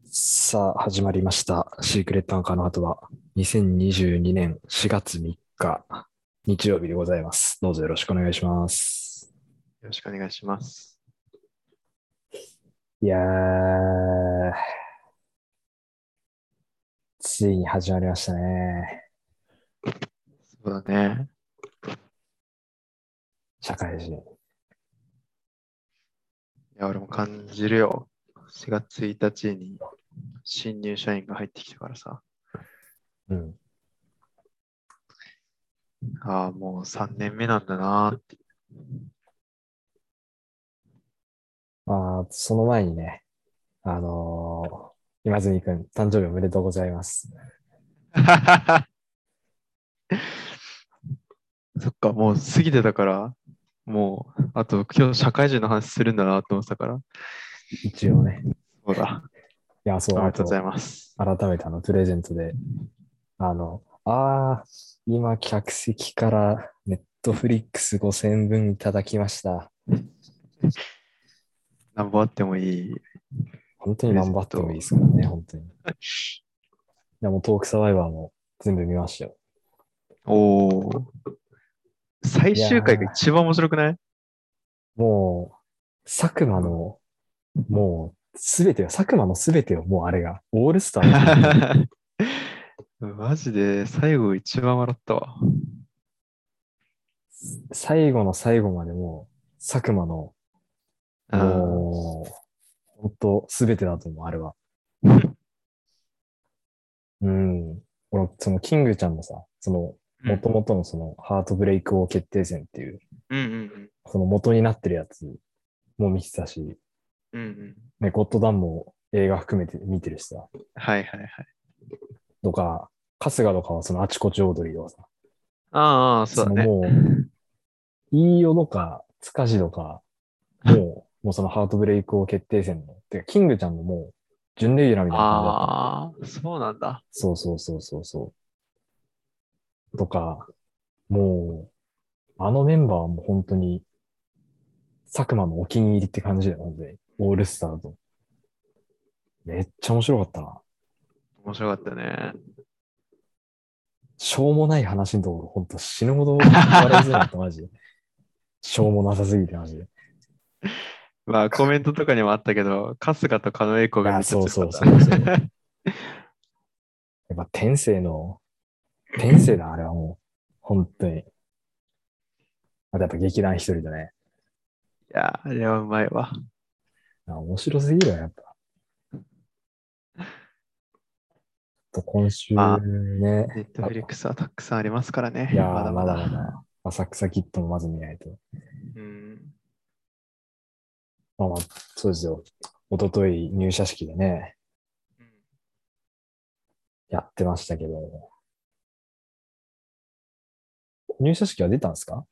さあ、始まりました。シークレットアンカーの後は、2022年4月3日、日曜日でございます。どうぞよろしくお願いします。 よろしくお願いします。 いやー、ついに始まりましたね。 そうだね。 社会人。 いや、俺も感じるよ。4月1日に新入社員が入ってきたからさ。 うん。 ああ、もう3年目なんだなーって。 まあ、その前にね、今住くん、誕生日おめでとうございます。 そっか、もう過ぎてたから、もう、あと今日社会人の話するんだなと思ってたから。 一応ね。 そうだ。 いや、そう、 おめでとうございあと、 ます。 改めてプレゼントで、今、客席からネットフリックス5000分いただきました。 何本あってもいい本当にプレゼ何張ってもいいント。 ですからね、本当に。いや、もうトークサバイバーも全部見ましたよ。 おお。最いや終回がー、 一番面白くない？ もう、佐久間うん。 の、もう、すべてよ、佐久間のすべてよ、もうあれが、オールスターな感じで、 マジで最後一番笑ったわ。 最後の最後までもう、佐久間の、 うん。 もう、本当すべてだと思う、あれは。うん。その、キングちゃんのさ、その、 うん。 元々のその、ハートブレイク王決定戦っていう、 うんうんその元になってるやつも見てたし、 うん。うんうん。 ね、ゴッドダンも映画含めて見てるしさ、 はいはいはい。 とか、春日とかはそのあちこちオードリーとかさ、 ああ、そうそだね。 のもう、飯尾とか、塚地とか、もうそのハートブレイク王決定戦の、てか、キングちゃんのもう、準レギュラーみたいな感じだったの。 ああ、そうなんだ。 そうそうそうそうそう。とか、もう、あのメンバーはもう本当に、佐久間のお気に入りって感じだよ、本当に。オールスターと。めっちゃ面白かったな。 面白かったね。 しょうもない話のところ、本当死ぬほど笑いそうになった、マジで。しょうもなさすぎて、マジで。いまあコメントとかにもあったけど、春日と狩野英孝がめや、 っちゃそうそう強かった。 そうそう。やっぱ天性だ、あれはもう。本当に。あとやっぱ劇団一人だね。 いや、あれはうまいわ。 面白すぎるよ、やっぱ。と今週まあ、ネね。 ットフリックスはたくさんありますからね。まいやー、まだだまだ。 まだ、浅草キッドもまず見ないと。 うん。 まあ、そうですよ。一昨日入社式でね、やってましたけど、入社式は出たんですか？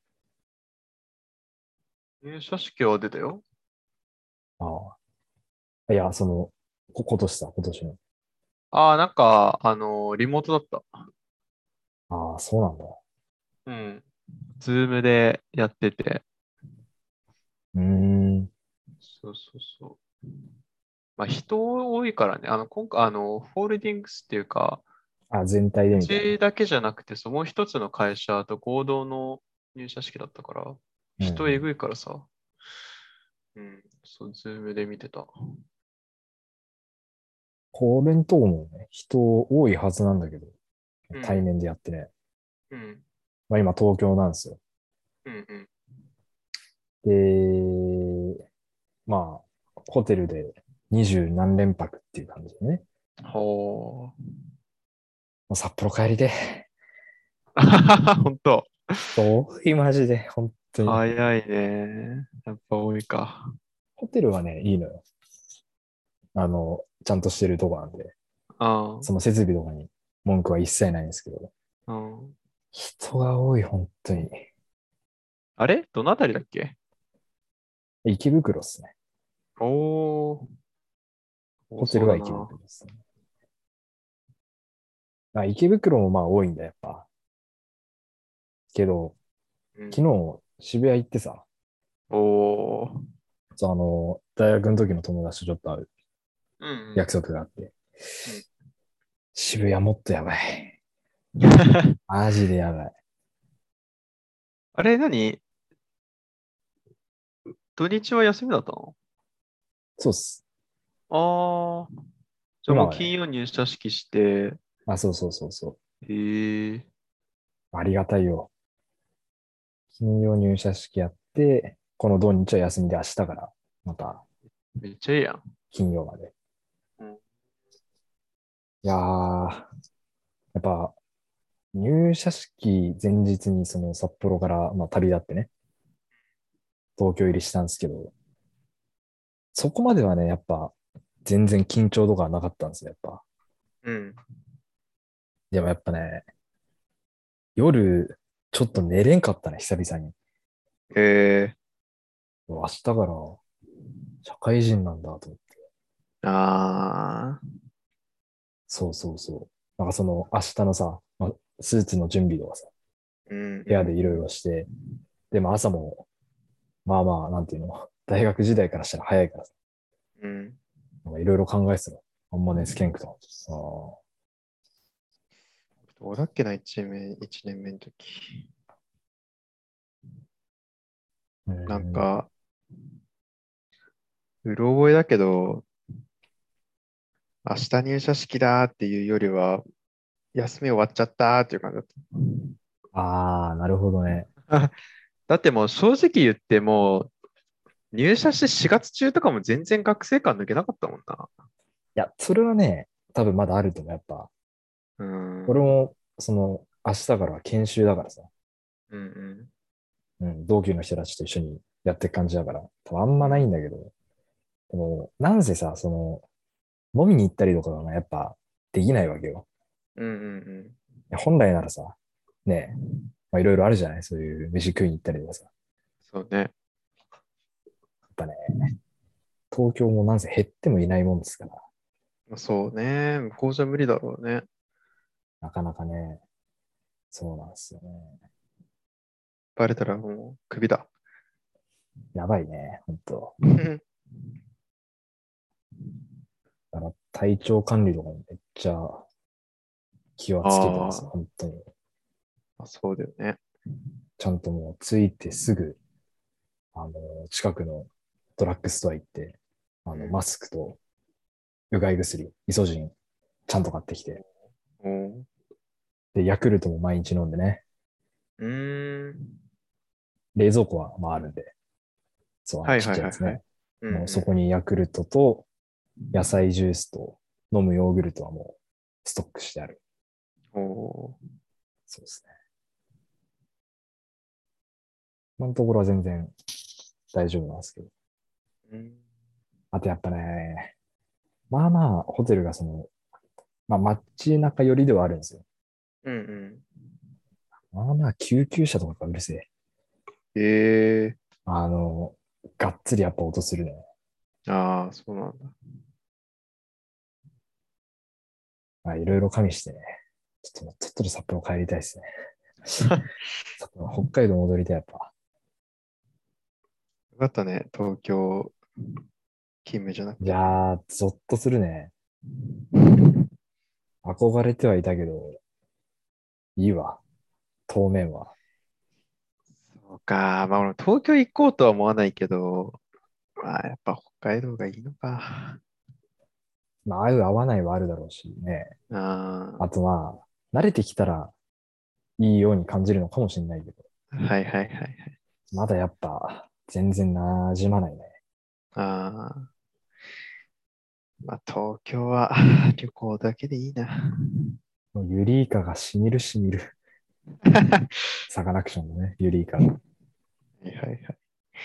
入社式は出たよ。 ああ。いや、今年さ、今年の。 ああ、なんか、リモートだった。 ああ、そうなんだ。 うん。ズームでやってて。 うーん。 そうそうそう。まあ、人多いからね、今回、ホールディングスっていうか、 あ、全体でうみたいな。 ちだけじゃなくて、もう一つの会社と合同の入社式だったから、 うんうん。 人えぐいからさ、うん、そう、ズームで見てた。 公弁等もね、人多いはずなんだけど、対うん、 面でやってね。 うん、 まあ今東京なんですよ。 うん、うん。 で、まあ、ホテルで20何連泊っていう感じでね。 ほー。 もう札幌帰りで、 本当。 人多いマジで、本当に。 早いね。やっぱ多いか。 ホテルはね、いいのよ。ちゃんとしてるとこなんで、 あその設備とかに文句は一切ないんですけど、 あ、うん。 人が多い、本当に。 あれどのあたりだっけ？ 池袋っすね。 おー、多ホテルは池そうだな。 袋っすね。池袋もまあ多いんだ、やっぱ。けど、 うん。 昨日渋谷行ってさ、 おー、 大学の時の友達とちょっと会う。 うん。 約束があって。 うん。 渋谷もっとやばい。マジでやばい。 あれ土日は休みだったの？ そうっす。 ああー。じゃあもう今はね、 金曜入社式して、 あ、そうそうそうそう。 へえ、 ありがたいよ。金曜入社式やって、この土日は休みで明日からまためっちゃいいやん。 金曜まで。 うん。 いやー、やっぱ入社式前日にその札幌から、まあ、旅立ってね、東京入りしたんですけど、そこまではね、やっぱ全然緊張とかはなかったんですよ、やっぱ。 うん。 でもやっぱね、夜ちょっと寝れんかったね、久々に。 え明日から社会人なんだと思って。 ああ、 そうそうそう。なんかその明日のさ、まあ、スーツの準備とかさ、 うん部屋でいろいうんろして、でも朝も、まあまあ、なんていうの、大学時代からしたら早いからさ、 うん。うん。 なんかいろいろ考えてたら、あんま寝つけんくと。 どうだっけな、一年目の時。なんうん。 か、うろ覚えだけど、明日入社式だっていうよりは、休み終わっちゃったっていう感じだっああ、なるほどね。 た。だってもう正直言っても入社して4月中とかも全然学生感抜けなかったもんな。 いや、それはね、多分まだあると思う。やっぱ、 うん。うん俺も、その、明日からは研修だからさ、 うん。 うん、同級の人たちと一緒にやっていく感じだから、多分あんまないうんんだけど、でも、なんせさ、その、飲みに行ったりとかがやっぱできないわけよ。 うんうんいや本来ならさ、ね、まあいろいろあるじゃないそういう飯食いに行ったりとかさ。やっそうね。 ぱね、東京もなんせ減ってもいないもんですから、 まあそうね。向こうじゃ無理だろうね。 なかなかね、そうなんですよね。 バレたらもうクビだ。 やばいね、本当。だから体調管理とかもめっちゃ気はつけてます、 あ本当に。 あ、そうだよね。 ちゃんともう着いてすぐ、あの、近くのドラッグストア行って、マスクとうがい薬、イソジン、ちゃんと買ってきて、 うん。おで、ヤクルトも毎日飲んでね、 うーん。 冷蔵庫はまああるんで、そう、 はいちっはいはいはい。 ちゃいやつね。 うんもうそこにヤクルトと野菜ジュースと飲むヨーグルトはもうストックしてある。 うん。おー。 そうですね。今のところは全然大丈夫なんですけど。 うん。 あとやっぱね、まあまあ、ホテルがその、まあ街中寄りではあるんですよ。 うんまあまあ、救急車とかがうるせえ。 うん。ええあの、がっつりやっぱ音するね。 ー。ああ、そうなんだ。 まあいろいろ加味してね。ちょっともうとっとと札幌帰りたいですね。札幌北海道戻りたい、やっぱ。 よかったね。東京勤務じゃなくいて。 やー、ゾッとするね。憧れてはいたけど、いいわ。当面は。 そうか。まあ俺東京行こうとは思わないけど、まあやっぱ北海道がいいのか。 まあ、合う合わないはあるだろうしね。ああとまあ、慣れてきたらいいように感じるのかもしれないけど、 あ、はいはいはいはい。 まだやっぱ全然馴染まないね。 ああ、まあ東京は旅行だけでいいな。 もうユリイカがしみるしみる。 はサカナクションのね、ユリイカが。 いはいはい。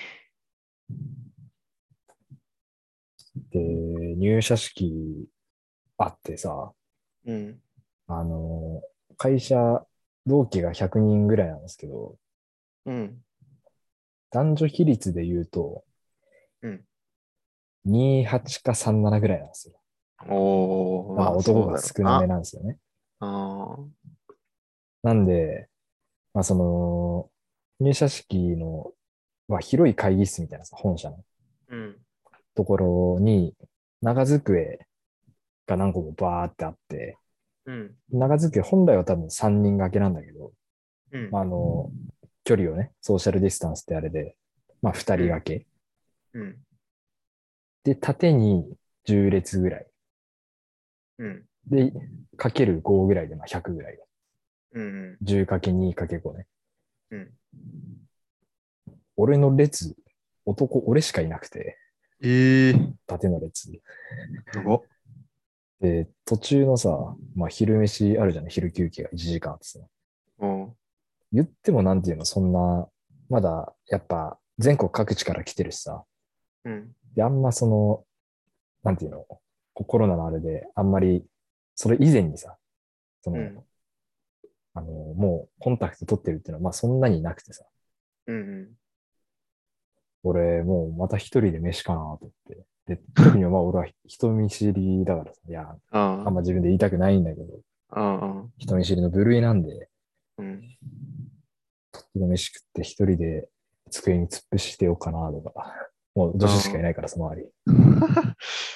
で、入社式あってさ、 うん。 あの、会社、同期が100人ぐらいなんですけど、 うん。 男女比率で言うと、 うん。 28か37ぐらいなんですよ。 おー、 まあまあそう男がだろうな。 少なめなんですよね。 ああ、 なんで、まあその、入社式の、まあ広い会議室みたいなさ、本社のうん。 ところに、 長机が何個もバーってあって、 うん。 長机本来は多分3人掛けなんだけど、 うん。 まあ、距離をね、ソーシャルディスタンスってあれで、まあ、2人うん。 掛け。 うん。 で、縦に10列ぐらい。 うん。 で、かける5ぐらいで、まあ、100ぐらい。 うん。 10×2×5 ね。 うん。 俺の列、俺しかいなくて、 ええー、 縦の列。 やば。 で、途中のさ、まあ、昼飯あるじゃない、昼休憩が1時間ってさ。 うん。 言ってもなんていうの、そんな、まだ、やっぱ、全国各地から来てるしさ。 うん。 で、あんまなんていうの、コロナのあれで、あんまり、それ以前にさ、その、 うん。 もうコンタクト取ってるっていうのは、まあそんなになくてさ、 うん。 俺もうまた一人で飯かなと思って。で、特にまあ俺は人見知りだからさ、いや、あんあま自分で言いたくないんだけど、 あ、ああ、 人見知りの部類なんで、 うん。 飯食って一人で机に突っ伏してようかなとか、もう女子しかいあないからさ、周り。っあ。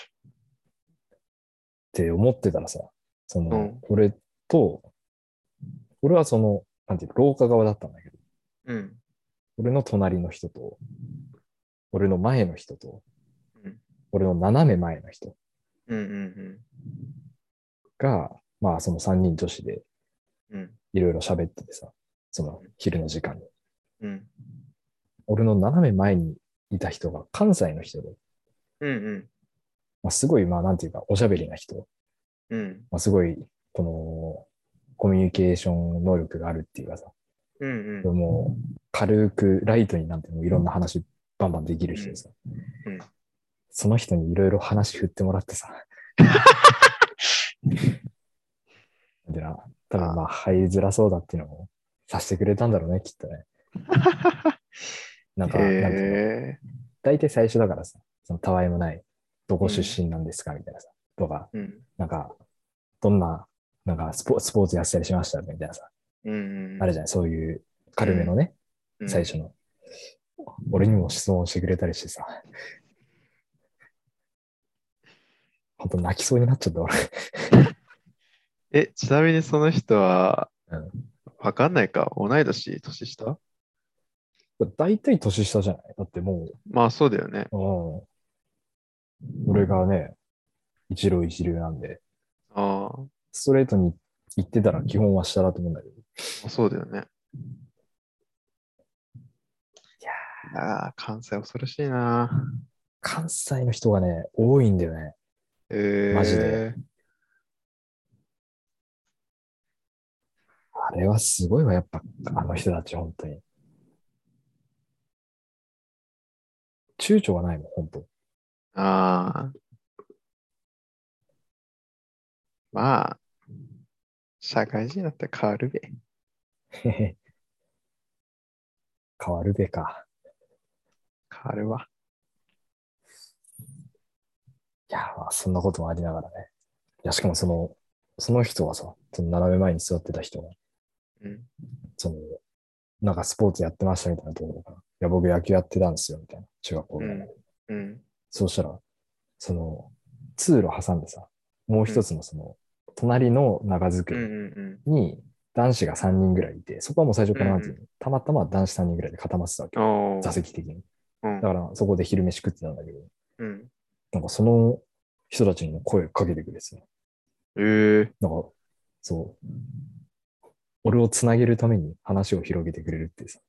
て思ってたらさ、 うん。 と、俺はなんていうの、廊下側だったんだけど、 うん。 俺の隣の人と、俺の前の人と、 うん。 俺の斜め前の人うん。うん。 が、まあその3人女子でうん。 いろいろ喋っててさ、その昼の時間に。 うん。 俺の斜め前にいた人が関西の人で、 うん。 まあ、すごい、まあなんていうか、おしゃべりな人、 うん。 まあ、すごい、この、コミュニケーション能力があるっていうかさ、 うん。 もう、軽く、ライトになんていろんな話バンバンできるうん。 人でさ、 うん。 その人にいろいろ話振ってもらってさ、でな、多分まああ、 入りづらそうだっていうのもさせてくれたんだろうね、きっとね。なんへか、なんていうの、 え。 大体最初だからさ、そのたわいもない、どこうん。 出身なんですかみたいなさ、とか、 うん。 なんか、どんな、なんかスポーツやってたりしましたみたいなさ、 うん。 あるじゃない、そういううん。 軽めのね、 うん。 最初の。俺にも質問してくれたりしてさ、本当泣きそうになっちゃった俺。 え、ちなみにその人は、 うん。 わかんないか。同い年、年下？ 大体年下じゃないだってもまあそうだよね。 う、俺がね、一浪一流なんで、 ああ、 ストレートに言ってたら基本は下だと思うんだけど。 まあそうだよね。 いやー、 いやー、関西恐ろしいな。 関西の人がね、多いんだよね。マジで。 ええ。 あれはすごいわ、やっぱ、あの人たち、本当に。躊躇がないもん、本当。 ああ、まあ、社会人だったら変わるべ。 へへ、変わるべか。 変わるわ。 いや、まあ、そんなこともありながらね。いや、しかもその人はさ、その斜め前に座ってた人が、 うん。 その、なんかスポーツやってましたみたいなところから、いや、僕野球やってたんですよ、みたいな。中学校ぐらいまで。 うん。うん。 そうしたら、その、通路挟んでさ、もううん。 一つの隣の長うん。 机うん。 に男子が3人ぐらいいて、そこはもう最初うん。うん。 からなんていうの、たまたま男子3人ぐらいで固まってたわけよ。座おー。 席的に。 うん。 だからそこで昼飯食ってたんだけど、 うん。 なんかその人たちにも声かけてくれてさ、 ええ。 なんか、そう、俺をつなげるために話を広げてくれるってさ、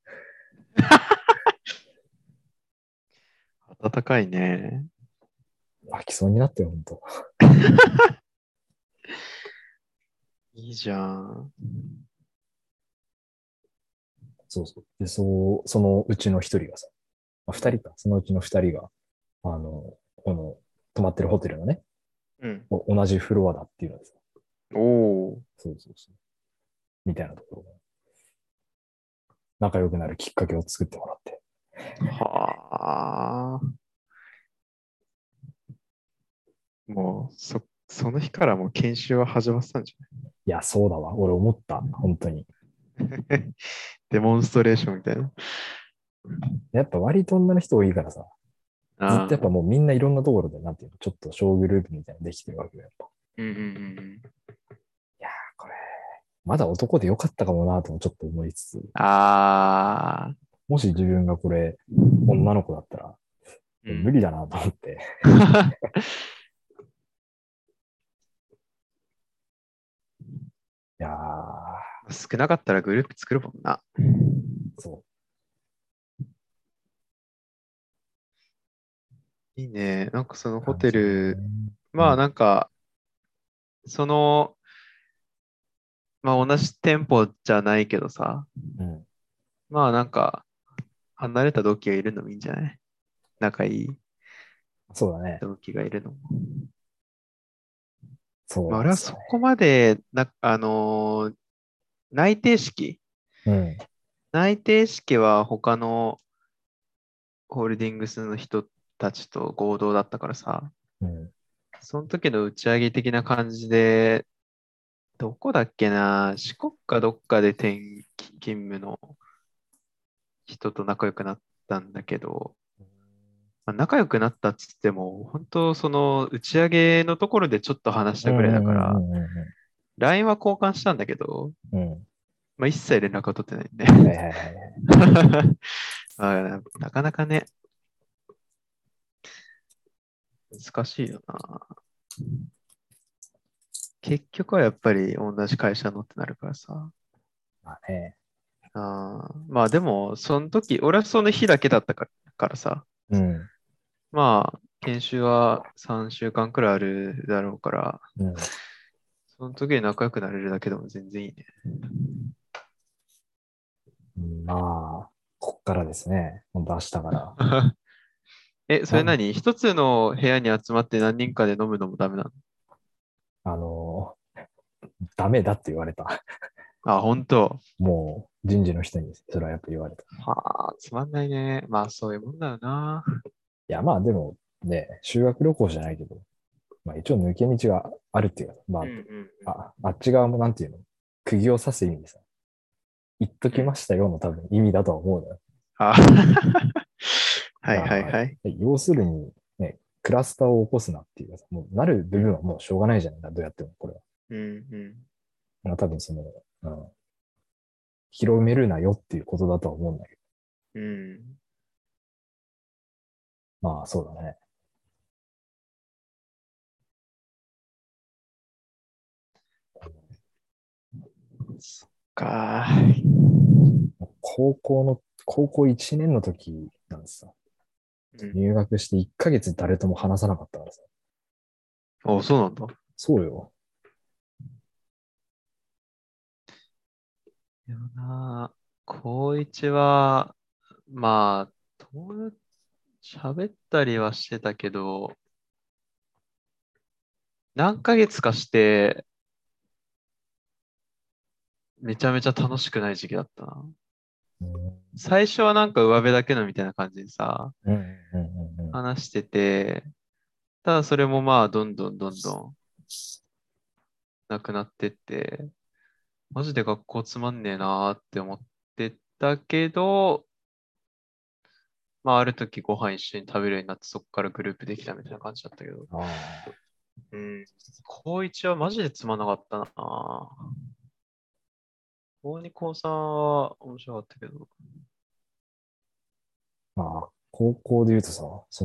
暖かいね。 泣きそうになってよ、本当。 いいじゃん。 そうそう。で、そのうちの一人がさ、まあ、二人か、そのうちの二人が、泊まってるホテルのね、 うん。 同じフロアだっていうのでさ、 おー。 そうそうそう。みたいなところが、仲良くなるきっかけを作ってもらって。 はあ。その日からもう研修は始まってたんじいや、そうだわ。俺思った。本当に。 ゃないデモンストレーションみたいな。 やっぱ割と女の人多いからさ、 ずっとやっぱああ、 もうみんないろんなところで、なんていうの、ちょっと小グループみたいなのできてるわけよ、やっぱ。 うんうんうんうん。 いやー、これ、まだ男でよかったかもなともちょっと思いつつ、 ああ、 もし自分がこれ、女の子だったら、 うん。 無理だなと思って。いやー、 少なかったらグループ作るもんな。 そいいね。なんかそのホテう感じル、 ね。うまあん。 なんか、その、まあ同じ店舗じゃないけどさ、 うん。 まあなんか、離れた同期がいるのもいいんじゃない？仲いいそうだね。 同期がいるのも。まあ、 そうなん俺はですよね。 そこまで、内定式うん。 内定式は他のホールディングスの人たちと合同だったからさ、 うん。 その時の打ち上げ的な感じで、どこだっけな、四国かどっかで勤務の人と仲良くなったんだけど、まあ、仲良くなったっつっても、本当その打ち上げのところでちょっと話しうんたぐらいだかうんうら、 んうんう LINE は交換したんだけど、 ん。うん。 まあ、一切連絡は取ってないね。 はいはいはいはい。 なかなかね、難しいよな。結局はやっぱり同じ会社のってなるからさ。 まあね。 まあでも、その時、俺はその日だけだったからさ、 うん。 まあ、研修は3週間くらいあるだろうから、 うん。 その時に仲良くなれるだけでも全然いいね。 まあ、こっからですね。本当明日から。 それなん、 一つの部屋に集まって何人かで飲むのもダメなの？ あのダメだって言われた。 あ、本当。 もう、人事の人にそれはやっぱ言われた。いはあ、つまんないね。まあそういうもんだよな。 や、まあでも、ね、修学旅行じゃないけど、まあ一応抜け道があるっていうか、まうんうんあ、あっち側もなんていうの、釘を刺す意味でさ、言っとうん。うん。 きましたよの多分意味だとは思うのよ。 あはいはいあはい。 要するに、ね、クラスターを起こすなっていうかさ、もうなる部分はもうしょうがないじゃないか、どうやっても、これは。 うんうんまあ多分広めるなよっていうことだとは思うんだけうん。 ど。まあそうだね。 そっか。 高校1年の時なんですさ。 うん。 入学して1ヶ月誰とも話さなかったからさ。 あ、そうなんだ。 そうよ。 でもな、高一は、まあ、喋ったりはしてたけど、何ヶ月かして、めちゃめちゃ楽しくない時期だったな。 うん、 最初はなんか上辺だけのみたいな感じでさ、 うん、うん、うん。 話してて、ただそれもまあ、どんどんどんどんなくなってって、マジで学校つまんねえなーって思ってたけど、まあ、ある時ご飯一緒に食べるようになって、そこからグループできたみたいな感じだったけど、 ああ。 うん。高一はマジでつまんなかったな。高二、高三は面白かったけど。 まあ、高校で言うとさ、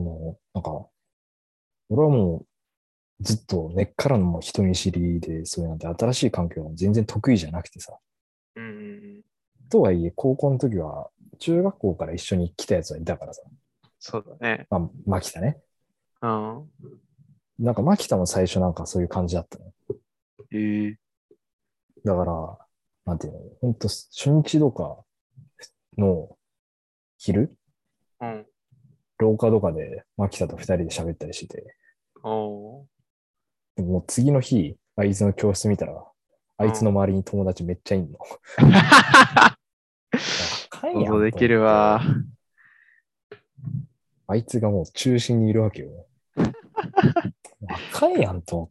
俺はもうずっと根っからのもう人見知りで、そういうなんて新しい環境が全然得意じゃなくてさ。 うんうんとはいえ、高校の時は、中学校から一緒に来たやつはいたからさ。 そうだね。 まあ、牧田ね。 うん。 なんか牧田も最初なんかそういう感じだったの。 ええ。 だから、なんていうの、本当初日とかの昼、 うん。 廊下とかで牧田と二人で喋ったりしてて、 おー。 でももう次の日、あいつの教室見たら、あいつのうん。 周りに友達めっちゃいんの。あかん想やんと思っ像できるわ。 て、あいつがもう中心にいるわけよ。あかんやんと思って。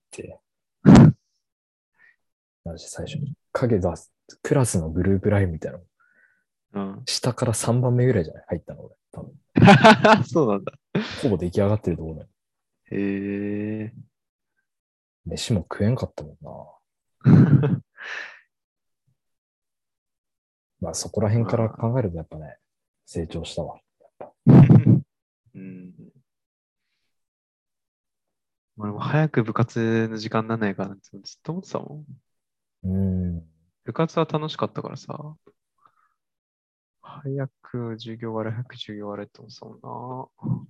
最初に。影出す。クラスのグループラインみたいなのうん。 下から3番目ぐらいじゃない入ったの俺。多分。 そうなんだ。 ほぼ出来上がってるところだよ。 へえ。 飯も食えんかったもんな。まあそこら辺からまあ。 考えるとやっぱね、成長したわ。 うん。俺も早く部活の時間にならないかなってずっと思ってたもん。 うん。 部活は楽しかったからさ、早く授業終われ、早く授業終われって思ってたもん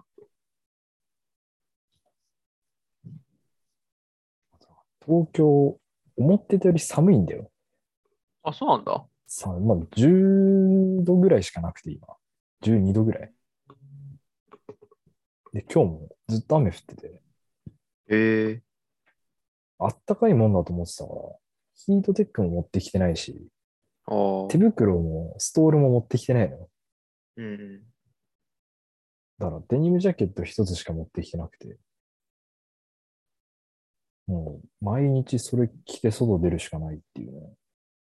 東京、思ってたより寒いんだよ。 な。あ、そうなんだ。 まあ10度ぐらいしかなくて今。12度ぐらい。で、今日もずっと雨降ってて、 ええあったかいもんだと思ってたから、ヒートテックも持ってきてないし、 ああ、 手袋もストールも持ってきてないのよ。 うん。 だからデニムジャケット一つしか持ってきてなくて、もう毎日それ着て外出るしかないっていうね。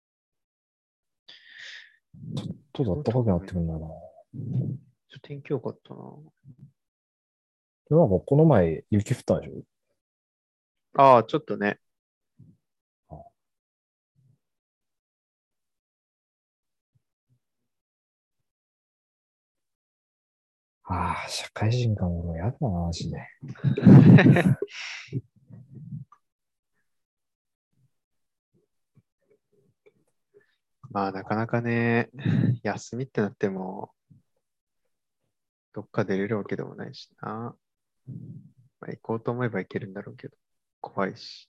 ちょっと暖かくなってくるんだよな。 天気良かったな。 で、なんかこの前雪降ったでしょ？ ああ、ちょっとね。 ああ、社会人かも。やだな、マジで。 まあ、なかなかね、休みってなっても、どっか出れるわけでもないしな。まあ、行こうと思えば行けるんだろうけど、怖いし、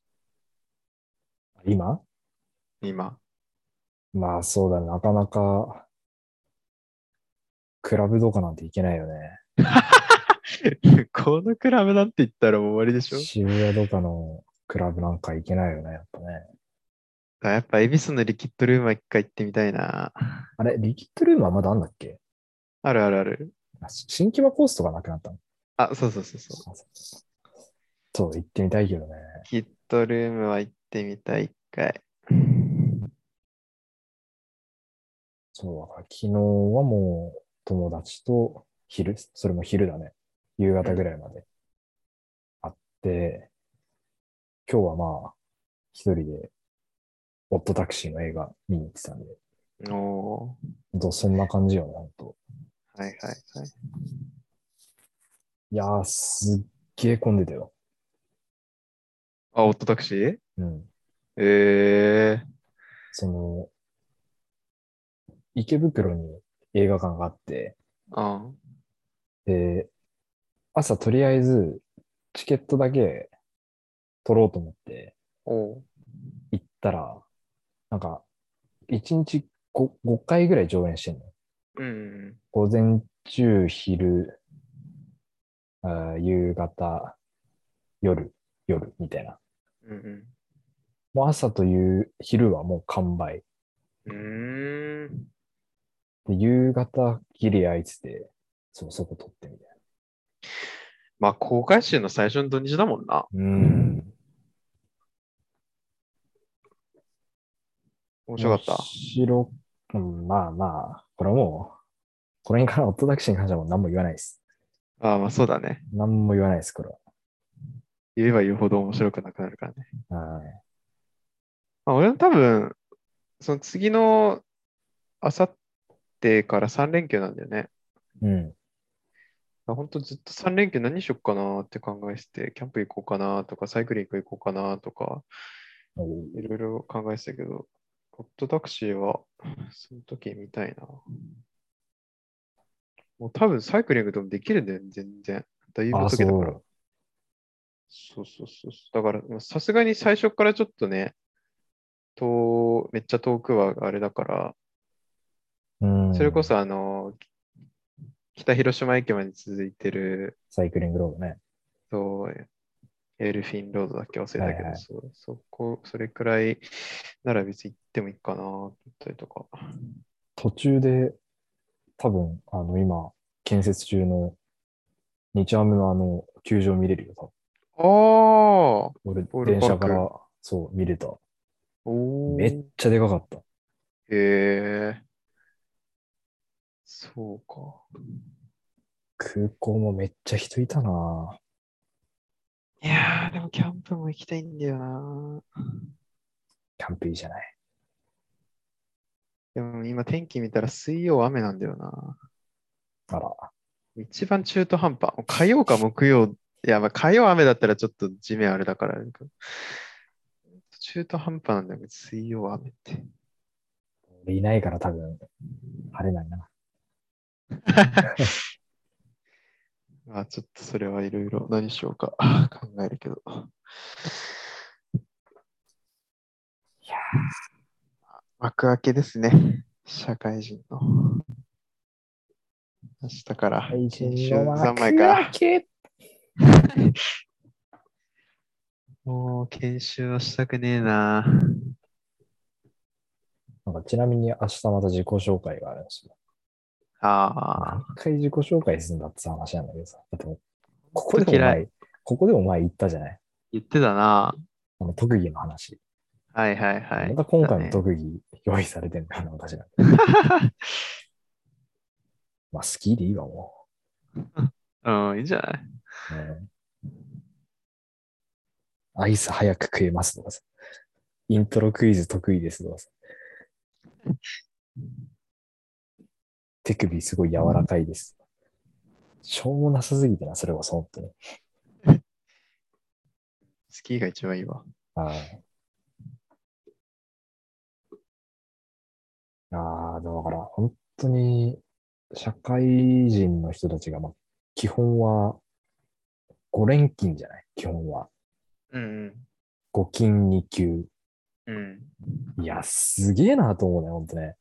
今今。 まあそうだね。なかなかクラブとかなんて行けないよね。 このクラブなんて言ったらもう終わりでしょ。 渋谷とかのクラブなんか行けないよね、やっぱね。 やっぱ、恵比寿のリキッドルームは一回行ってみたいな。 あれ、リキッドルームはまだあんだっけ？ あるあるある。 新木場コースとかなくなったの？ あ、そうそうそうそう。 そう、行ってみたいけどね。 リキッドルームは行ってみたい、一回。 そうだから、昨日はもう友達とそれも昼だね。夕方ぐうん。 らいまで会って、今日はまあ、一人でオットタクシーの映画見に行ってたんで、 おー。 そんな感じよね、ほんと。 はいはいはい。 いやー、すっげー混んでたよ。 あ、オットタクシー。 うん。 ええその、池袋に映画館があって、 ー。あで、朝とりあえずチケットだけ取ろうと思っておう。 行ったら、なんか、1日5回ぐらい上演してんの。 うん。 午前中、昼、夕方、夜みたいな。 うん。 もう朝と昼はもう完売。 うん。うーん。 で、夕方ギリ空いてて、そこ取ってみたいな。 まあ、公開週の最初の土日だもんな。 うーん。 面白面かった。 白、うん、まあまあ、これはもう、これに関オットタクシーに関してはもう何も言わないです。 ああ、まあそうだね。 何も言わないです、これ言えば言うほど面白くなくなるからね。 は。はまあ、俺は多分、その次のあさってから3連休なんだよね。 い。うん。 本当ずっと3連休何しよっかなって考えてて、キャンプ行こうかなとか、サイクリング行こうかなとか、 おー。 いろいろ考えてたけど、ホットタクシーは、その時見たいな。もう多分サイクリングでもできるんだよね、全然。だいぶあ、 時だから。 そそうそうそうそう。だから、さすがに最初からちょっとね、めっちゃ遠くはあれだから、 う。うそれこそん。 北広島駅まで続いてる、 サイクリングロードね。 そう、エルフィンロードだっけ忘れたけど、 はいはい。 それくらいなら別に行ってもいいかなと思ったりとか。 途中で、多分、今、建設中の日ハムの球場見れるよ、多分。 ああ、 俺、 ボール電車から、 パーク。 そう、見れた。めっおー、 ちゃでかかった。 へえ。 そうか。 空港もめっちゃ人いたな。 いやー、でもキャンプも行きたいんだよな。 キャンプいいじゃない。 でも今天気見たら水曜雨なんだよな。 あら。 一番中途半端。火曜か木曜。いや、まあ火曜雨だったらちょっと地面あれだからあれだけど。中途半端なんだけど、水曜雨って。 俺いないから多分晴れないな。 まあちょっとそれはいろいろ何しようか考えるけど。 いや幕開けですね。社会人の。明日からー、愛研人の修三幕昧か。 開け。 もう研修はしたくねえな。 なんかちなみに明日また自己紹介があるんですよ。何ああ、 回自己紹介するんだって話なんだけどさ。だってもうここほんと嫌い。 でも前、ここでも前言ったじゃない。 言ってたな。 特技の話。 はいはいはい。 また今回もだね。 特技用意されてんだよな、私なんか。まあ好きでいいわ、もうん、いいんじゃない？ う。アイス早く食えますとかさ。イントロクイズ得意ですとかさ。手首すごい柔らかいです。しょうもなさすぎてな、それこそ本当に。 スキーが一番いいわ。 ああ、だから本当に社会人の人たちが、まあ、基本は5連勤じゃない基本は。 うん 5勤2休。 うん。うん。 いや、すげえなと思うね、本当ね。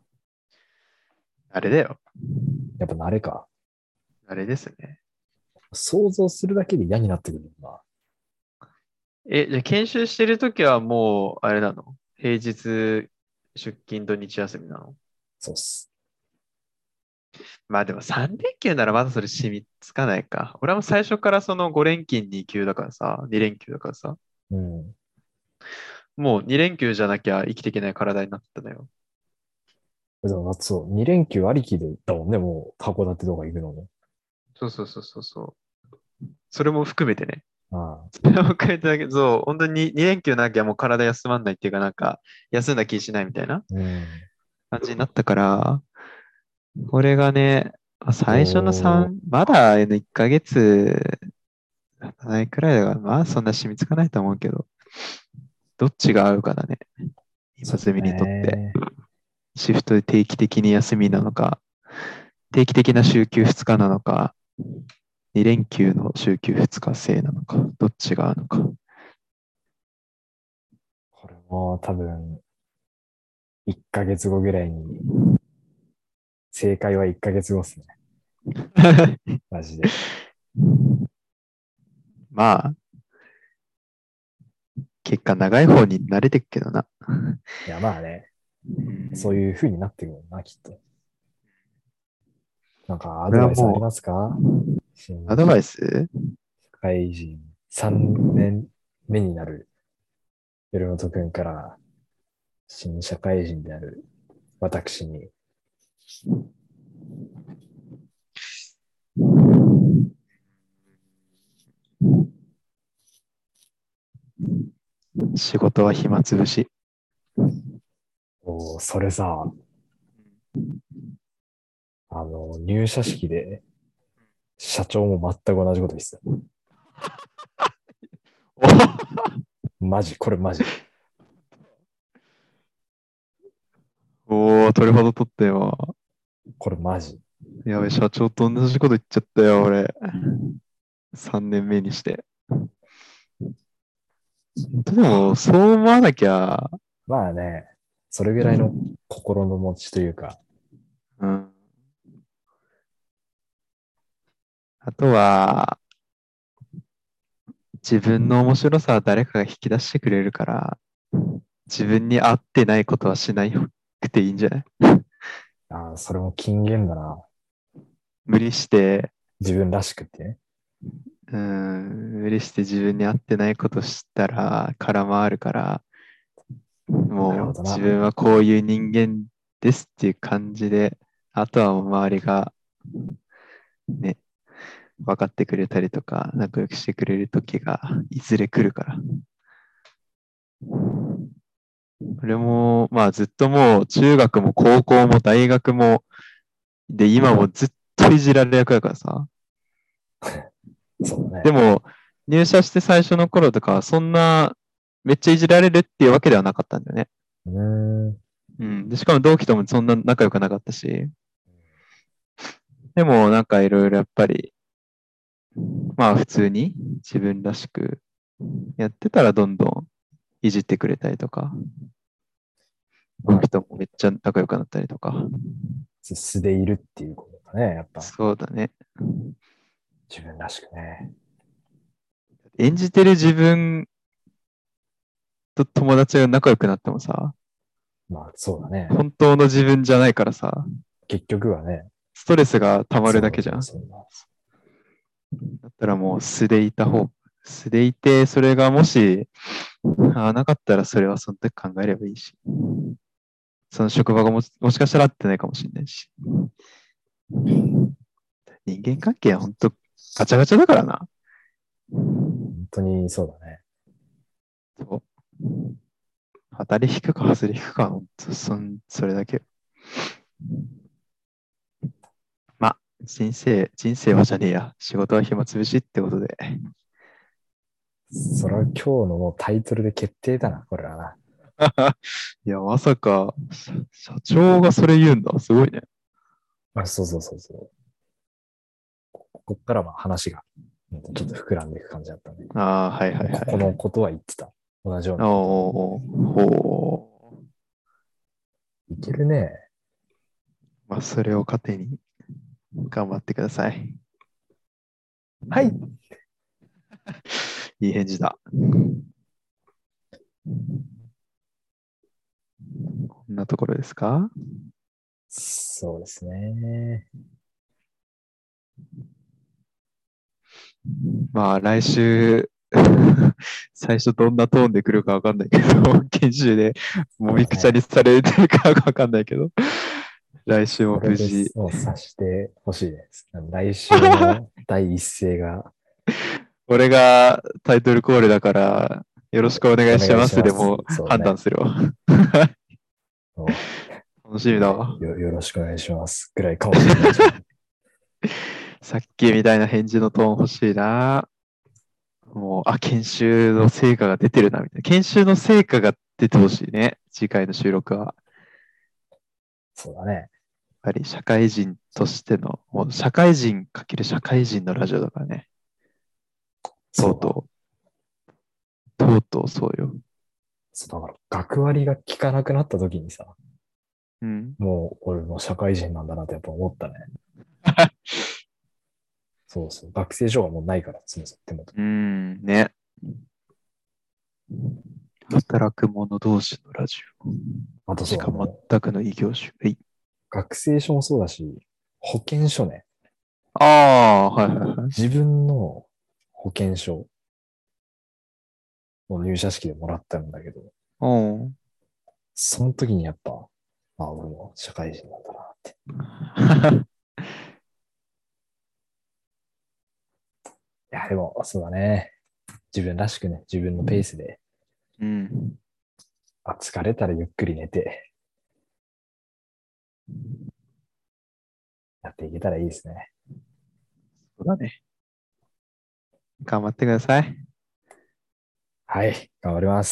あれだよ。 やっぱ慣れか。 あれですね。 想像するだけで嫌になってくるな。 じゃあ研修してるときはもう、あれなの？平日出勤土日休みなの？ そうっす。 まあでも3連休ならまだそれ染みつかないか。俺も最初からその5連勤2休だからさ、2連休だからさ、 うん。 もう2連休じゃなきゃ生きていけない体になったのよ。 でもそう、2連休ありきでだもんね、もう函館とか行くのも。 そうそうそうそうそう。それも含めてね。 ああ、 それも含めてだけど、そう、本当に2連休なきゃもう体休まんないっていうかなんか、休んだ気しないみたいなうん。 感じになったから、これがね、最初のおー、 3、まだ1ヶ月ないくらいだから、まあそんな染みつかないと思うけど、どっちが合うかだね。今そうゼミにとって。 ね。 シフトで定期的に休みなのか、定期的な週休2日なのか、2連休の週休2日制なのか、どっちが合うのか。 これも多分、1ヶ月後ぐらいに、正解は1ヶ月後っすね。マジで。 まあ、結果長い方に慣れてくけどな。 いや、まあね、 うん。 そういう風になってくるな、きっと。なんかアこれドバイスありはもますか？ う、アドバ新社イス。 会人3年目になる夜本くんから新社会人である私に、 仕事は暇つぶし。 それさ、入社式で社長も全く同じこと言ってた。マジ、これマジ。 おー、鳥肌取ったよ。 これマジ。 やべ、社長と同じこと言っちゃったよ、俺。3年目にして。でも、そう思わなきゃ、 まあね、それぐらいの心の持ちというか、 うん。あとは、自分の面白さは誰かが引き出してくれるから、自分に合ってないことはしないくていいんじゃない？ それも金言だな。 無理して、 自分らしくってね。 無理して自分に合ってないことしたら空回るから、 なるもうほどな。 自分はこういう人間ですっていう感じであとはもう周りがね、分かってくれたりとか、仲良くしてくれる時がいずれ来るから。俺も、まあずっともう中学も高校も大学も、で、今もずっといじられ役だからさ。 そうだね。 でも、入社して最初の頃とかは、そんな、めっちゃいじられるっていうわけではなかったんだよね。 うーん。 うん。で、しかも同期ともそんな仲良くなかったし。でも、なんかいろいろやっぱり、まあ普通に自分らしくやってたらどんどんいじってくれたりとか、同まあ、 期ともめっちゃ仲良くなったりとか。 素でいるっていうことだね。やっぱ、 そうだね。 自分らしくね。 演じてる自分と友達が仲良くなってもさ、 まあ、そうだね。 本当の自分じゃないからさ、 結局はね。 ストレスが溜まるだけじゃん。 そうそうそう。 だったらもう素でいて、それがもし、なかったらそれはその時考えればいいし、その職場がもしかしたら合ってないかもしれないし。人間関係は本当ガチャガチャだからな。 本当にそうだね。 そう。当たり引くか外れ引くか、本当それだけ。まあ、人生はじゃねえや。仕事は暇つぶしってことで。 それは今日のもうタイトルで決定だな、これはな。 いや、まさか、社長がそれ言うんだ。すごいね。 あ、そうそうそうそう。こっからまあ話がちょっと膨らんでいく感じだったんで。 ああ、はいはいはいここはい。 のことは言ってた。同じようなことは。 おー、ほいけるね。 う。まあ、それを糧に頑張ってください。 はい。 いい返事だ。こんなところですか？ そうですね。 まあ、来週、最初どんなトーンで来るかわかんないけど、研修でもみくちゃにされてるかわかんないけど、来週もこれで無事。 もう察してほしいです。来週の第一声が俺がタイトルコールだから、よろしくお願いしお願いますでします。 も判そうね。 断するわ。 も楽しみだわ。 よろしくお願いしますぐらいかもしれないし。 さっきみたいな返事のトーン欲しいな。もう、研修の成果が出てるな、みたいな。研修の成果が出てほしいね。次回の収録は。やっそうだね。 ぱり社会人としての、もう社会人かける社会人のラジオだからね。とそうだ。 うととうとうそうよ。 そうだから、学割が効かなくなった時にさ、 うん。 もう俺も社会人なんだなってやっぱ思ったね。そうそう。学生証がもうないから、そもそも手元。 うん、ね。働く者同士のラジあとオ。しかそうだ、もう、 全くの異業種。はい。 学生証もそうだし、保険証ね。 ああ、はいはいはい。 自分の保険証を入社式でもらったんだけど、 うん。 その時にやっぱ、俺も社会人なんだなって。いや、でも、そうだね。自分らしくね、自分のペースで、 うん。 疲れたらゆっくり寝て、やっていけたらいいですね。 そうだね。頑張ってください。 はい、頑張ります。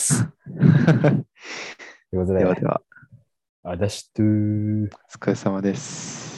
ということで、 ではでは、 あだしとー。 お疲れ様です。